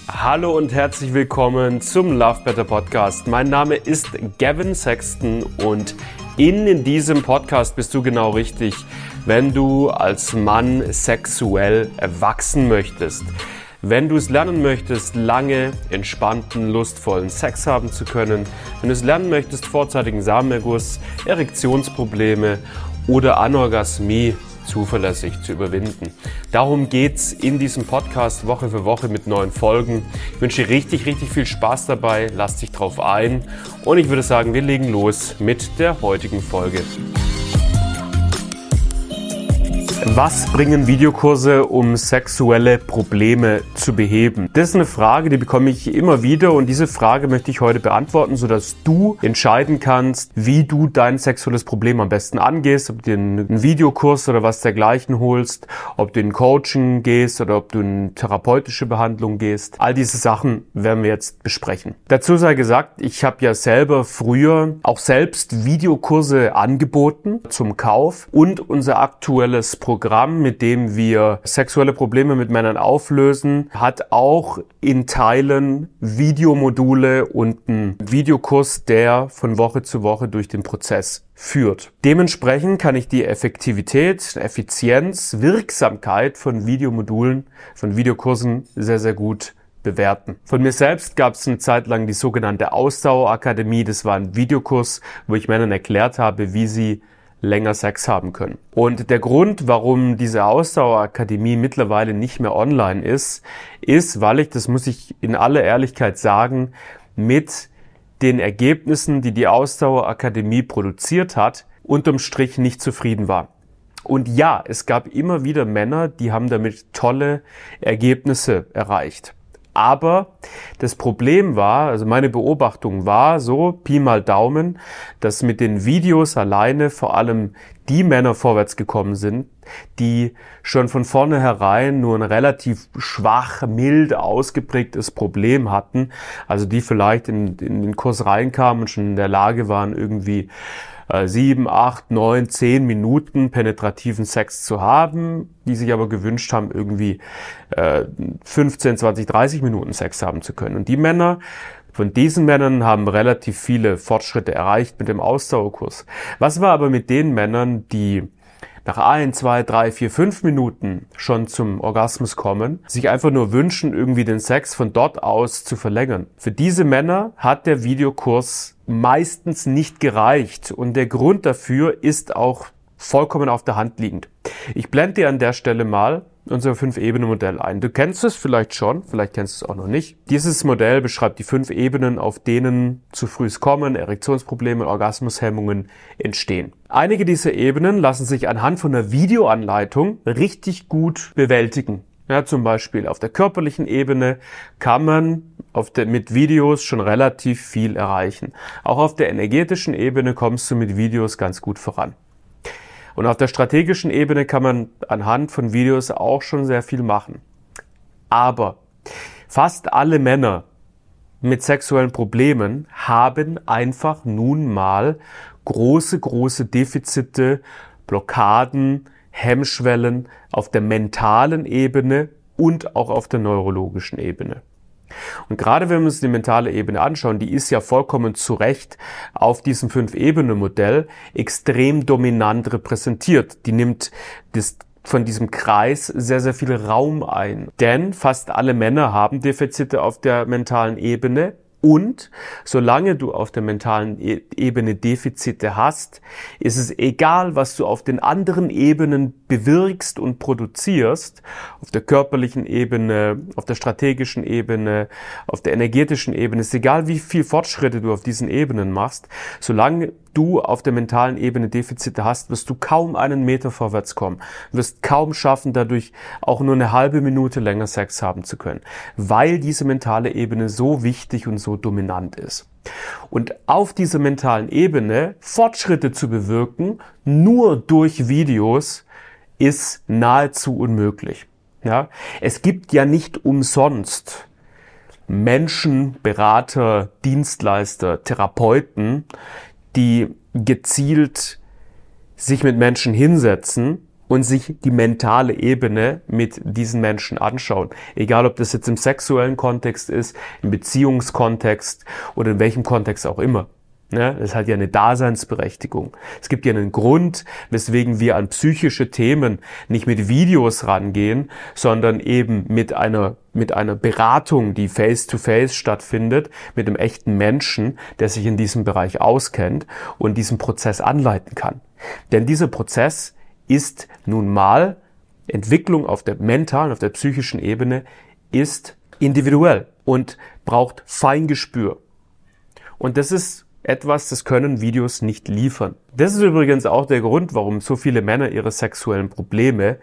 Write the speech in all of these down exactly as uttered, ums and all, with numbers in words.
Hallo und herzlich willkommen zum Love Better Podcast. Mein Name ist Gavin Sexton und in diesem Podcast bist du genau richtig, wenn du als Mann sexuell erwachsen möchtest. Wenn du es lernen möchtest, lange, entspannten, lustvollen Sex haben zu können, wenn du es lernen möchtest, vorzeitigen Samenerguss, Erektionsprobleme oder Anorgasmie zuverlässig zu überwinden. Darum geht's in diesem Podcast Woche für Woche mit neuen Folgen. Ich wünsche dir richtig, richtig viel Spaß dabei, lass dich drauf ein und ich würde sagen, wir legen los mit der heutigen Folge. Was bringen Videokurse, um sexuelle Probleme zu beheben? Das ist eine Frage, die bekomme ich immer wieder und diese Frage möchte ich heute beantworten, sodass du entscheiden kannst, wie du dein sexuelles Problem am besten angehst, ob du dir einen Videokurs oder was dergleichen holst, ob du in Coaching gehst oder ob du in therapeutische Behandlung gehst. All diese Sachen werden wir jetzt besprechen. Dazu sei gesagt, ich habe ja selber früher auch selbst Videokurse angeboten zum Kauf und unser aktuelles Programm Programm, mit dem wir sexuelle Probleme mit Männern auflösen, hat auch in Teilen Videomodule und einen Videokurs, der von Woche zu Woche durch den Prozess führt. Dementsprechend kann ich die Effektivität, Effizienz, Wirksamkeit von Videomodulen, von Videokursen sehr, sehr gut bewerten. Von mir selbst gab es eine Zeit lang die sogenannte Ausdauerakademie. Das war ein Videokurs, wo ich Männern erklärt habe, wie sie länger Sex haben können. Und der Grund, warum diese Ausdauerakademie mittlerweile nicht mehr online ist, ist, weil ich, das muss ich in aller Ehrlichkeit sagen, mit den Ergebnissen, die die Ausdauerakademie produziert hat, unterm Strich nicht zufrieden war. Und ja, es gab immer wieder Männer, die haben damit tolle Ergebnisse erreicht. Aber das Problem war, also meine Beobachtung war so, Pi mal Daumen, dass mit den Videos alleine vor allem die Männer vorwärts gekommen sind, die schon von vornherein nur ein relativ schwach, mild ausgeprägtes Problem hatten, also die vielleicht in, in den Kurs reinkamen und schon in der Lage waren, irgendwie äh, sieben, acht, neun, zehn Minuten penetrativen Sex zu haben, die sich aber gewünscht haben, irgendwie äh, fünfzehn, zwanzig, dreißig Minuten Sex haben zu können. Und die Männer, von diesen Männern haben relativ viele Fortschritte erreicht mit dem Ausdauerkurs. Was war aber mit den Männern, die nach ein, zwei, drei, vier, fünf Minuten schon zum Orgasmus kommen, sich einfach nur wünschen, irgendwie den Sex von dort aus zu verlängern? Für diese Männer hat der Videokurs meistens nicht gereicht und der Grund dafür ist auch vollkommen auf der Hand liegend. Ich blende dir an der Stelle mal unser Fünf-Ebenen-Modell ein. Du kennst es vielleicht schon, vielleicht kennst du es auch noch nicht. Dieses Modell beschreibt die fünf Ebenen, auf denen zu frühes Kommen, Erektionsprobleme, Orgasmushemmungen entstehen. Einige dieser Ebenen lassen sich anhand von einer Videoanleitung richtig gut bewältigen. Ja, zum Beispiel auf der körperlichen Ebene kann man auf der, mit Videos schon relativ viel erreichen. Auch auf der energetischen Ebene kommst du mit Videos ganz gut voran. Und auf der strategischen Ebene kann man anhand von Videos auch schon sehr viel machen. Aber fast alle Männer mit sexuellen Problemen haben einfach nun mal große, große Defizite, Blockaden, Hemmschwellen auf der mentalen Ebene und auch auf der neurologischen Ebene. Und gerade wenn wir uns die mentale Ebene anschauen, die ist ja vollkommen zu Recht auf diesem Fünf-Ebenen-Modell extrem dominant repräsentiert. Die nimmt das, von diesem Kreis sehr, sehr viel Raum ein. Denn fast alle Männer haben Defizite auf der mentalen Ebene. Und solange du auf der mentalen Ebene Defizite hast, ist es egal, was du auf den anderen Ebenen bewirkst und produzierst, auf der körperlichen Ebene, auf der strategischen Ebene, auf der energetischen Ebene, ist egal, wie viel Fortschritte du auf diesen Ebenen machst, solange du auf der mentalen Ebene Defizite hast, wirst du kaum einen Meter vorwärts kommen, wirst kaum schaffen, dadurch auch nur eine halbe Minute länger Sex haben zu können, weil diese mentale Ebene so wichtig und so dominant ist. Und auf dieser mentalen Ebene Fortschritte zu bewirken, nur durch Videos, ist nahezu unmöglich. Ja? Es gibt ja nicht umsonst Menschen, Berater, Dienstleister, Therapeuten, die gezielt sich mit Menschen hinsetzen und sich die mentale Ebene mit diesen Menschen anschauen. Egal, ob das jetzt im sexuellen Kontext ist, im Beziehungskontext oder in welchem Kontext auch immer. Ja, das hat ja eine Daseinsberechtigung. Es gibt ja einen Grund, weswegen wir an psychische Themen nicht mit Videos rangehen, sondern eben mit einer, mit einer Beratung, die face-to-face stattfindet, mit einem echten Menschen, der sich in diesem Bereich auskennt und diesen Prozess anleiten kann. Denn dieser Prozess ist nun mal, Entwicklung auf der mentalen, auf der psychischen Ebene, ist individuell und braucht Feingespür. Und das ist etwas, das können Videos nicht liefern. Das ist übrigens auch der Grund, warum so viele Männer ihre sexuellen Probleme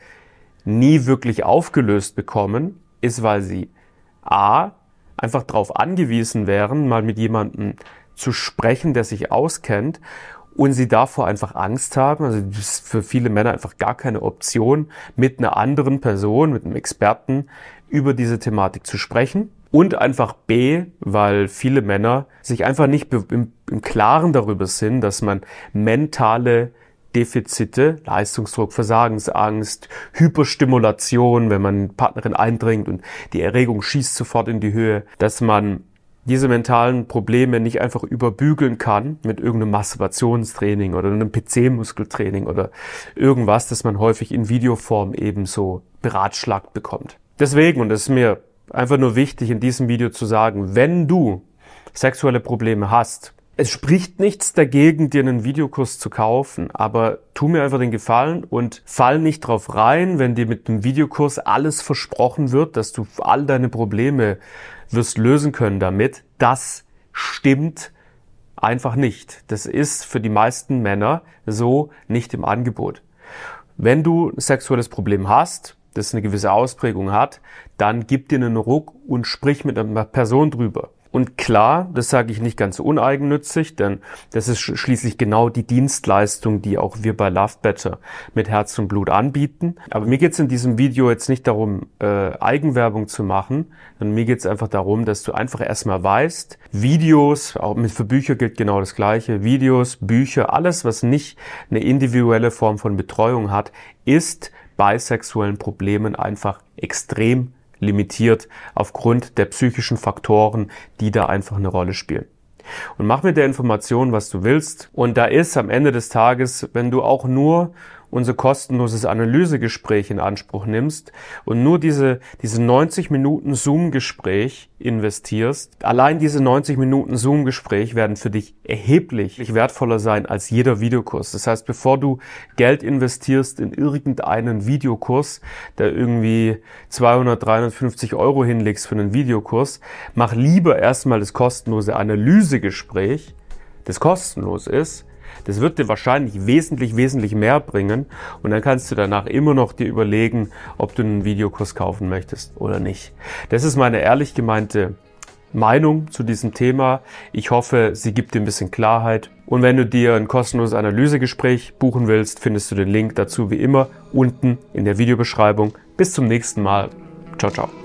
nie wirklich aufgelöst bekommen, ist, weil sie a. einfach darauf angewiesen wären, mal mit jemandem zu sprechen, der sich auskennt, und sie davor einfach Angst haben. Also das ist für viele Männer einfach gar keine Option, mit einer anderen Person, mit einem Experten über diese Thematik zu sprechen. Und einfach B, weil viele Männer sich einfach nicht im, im Klaren darüber sind, dass man mentale Defizite, Leistungsdruck, Versagensangst, Hyperstimulation, wenn man Partnerin eindringt und die Erregung schießt sofort in die Höhe, dass man diese mentalen Probleme nicht einfach überbügeln kann mit irgendeinem Masturbationstraining oder einem P C-Muskeltraining oder irgendwas, das man häufig in Videoform ebenso beratschlagt bekommt. Deswegen, und das ist mir einfach nur wichtig, in diesem Video zu sagen, wenn du sexuelle Probleme hast, es spricht nichts dagegen, dir einen Videokurs zu kaufen, aber tu mir einfach den Gefallen und fall nicht drauf rein, wenn dir mit dem Videokurs alles versprochen wird, dass du all deine Probleme wirst lösen können damit. Das stimmt einfach nicht. Das ist für die meisten Männer so nicht im Angebot. Wenn du ein sexuelles Problem hast, das eine gewisse Ausprägung hat, dann gib dir einen Ruck und sprich mit einer Person drüber. Und klar, das sage ich nicht ganz uneigennützig, denn das ist schließlich genau die Dienstleistung, die auch wir bei Love Better mit Herz und Blut anbieten. Aber mir geht es in diesem Video jetzt nicht darum, äh, Eigenwerbung zu machen, sondern mir geht es einfach darum, dass du einfach erstmal weißt, Videos, auch mit für Bücher gilt genau das Gleiche, Videos, Bücher, alles, was nicht eine individuelle Form von Betreuung hat, ist bei sexuellen Problemen einfach extrem limitiert aufgrund der psychischen Faktoren, die da einfach eine Rolle spielen. Und mach mit der Information, was du willst. Und da ist am Ende des Tages, wenn du auch nur unser kostenloses Analysegespräch in Anspruch nimmst und nur diese, diese neunzig Minuten Zoom-Gespräch investierst, allein diese neunzig Minuten Zoom-Gespräch werden für dich erheblich wertvoller sein als jeder Videokurs. Das heißt, bevor du Geld investierst in irgendeinen Videokurs, der irgendwie zweihundert, dreihundertfünfzig Euro hinlegst für einen Videokurs, mach lieber erstmal das kostenlose Analysegespräch, das kostenlos ist. Das wird dir wahrscheinlich wesentlich, wesentlich mehr bringen und dann kannst du danach immer noch dir überlegen, ob du einen Videokurs kaufen möchtest oder nicht. Das ist meine ehrlich gemeinte Meinung zu diesem Thema. Ich hoffe, sie gibt dir ein bisschen Klarheit. Und wenn du dir ein kostenloses Analysegespräch buchen willst, findest du den Link dazu wie immer unten in der Videobeschreibung. Bis zum nächsten Mal. Ciao, ciao.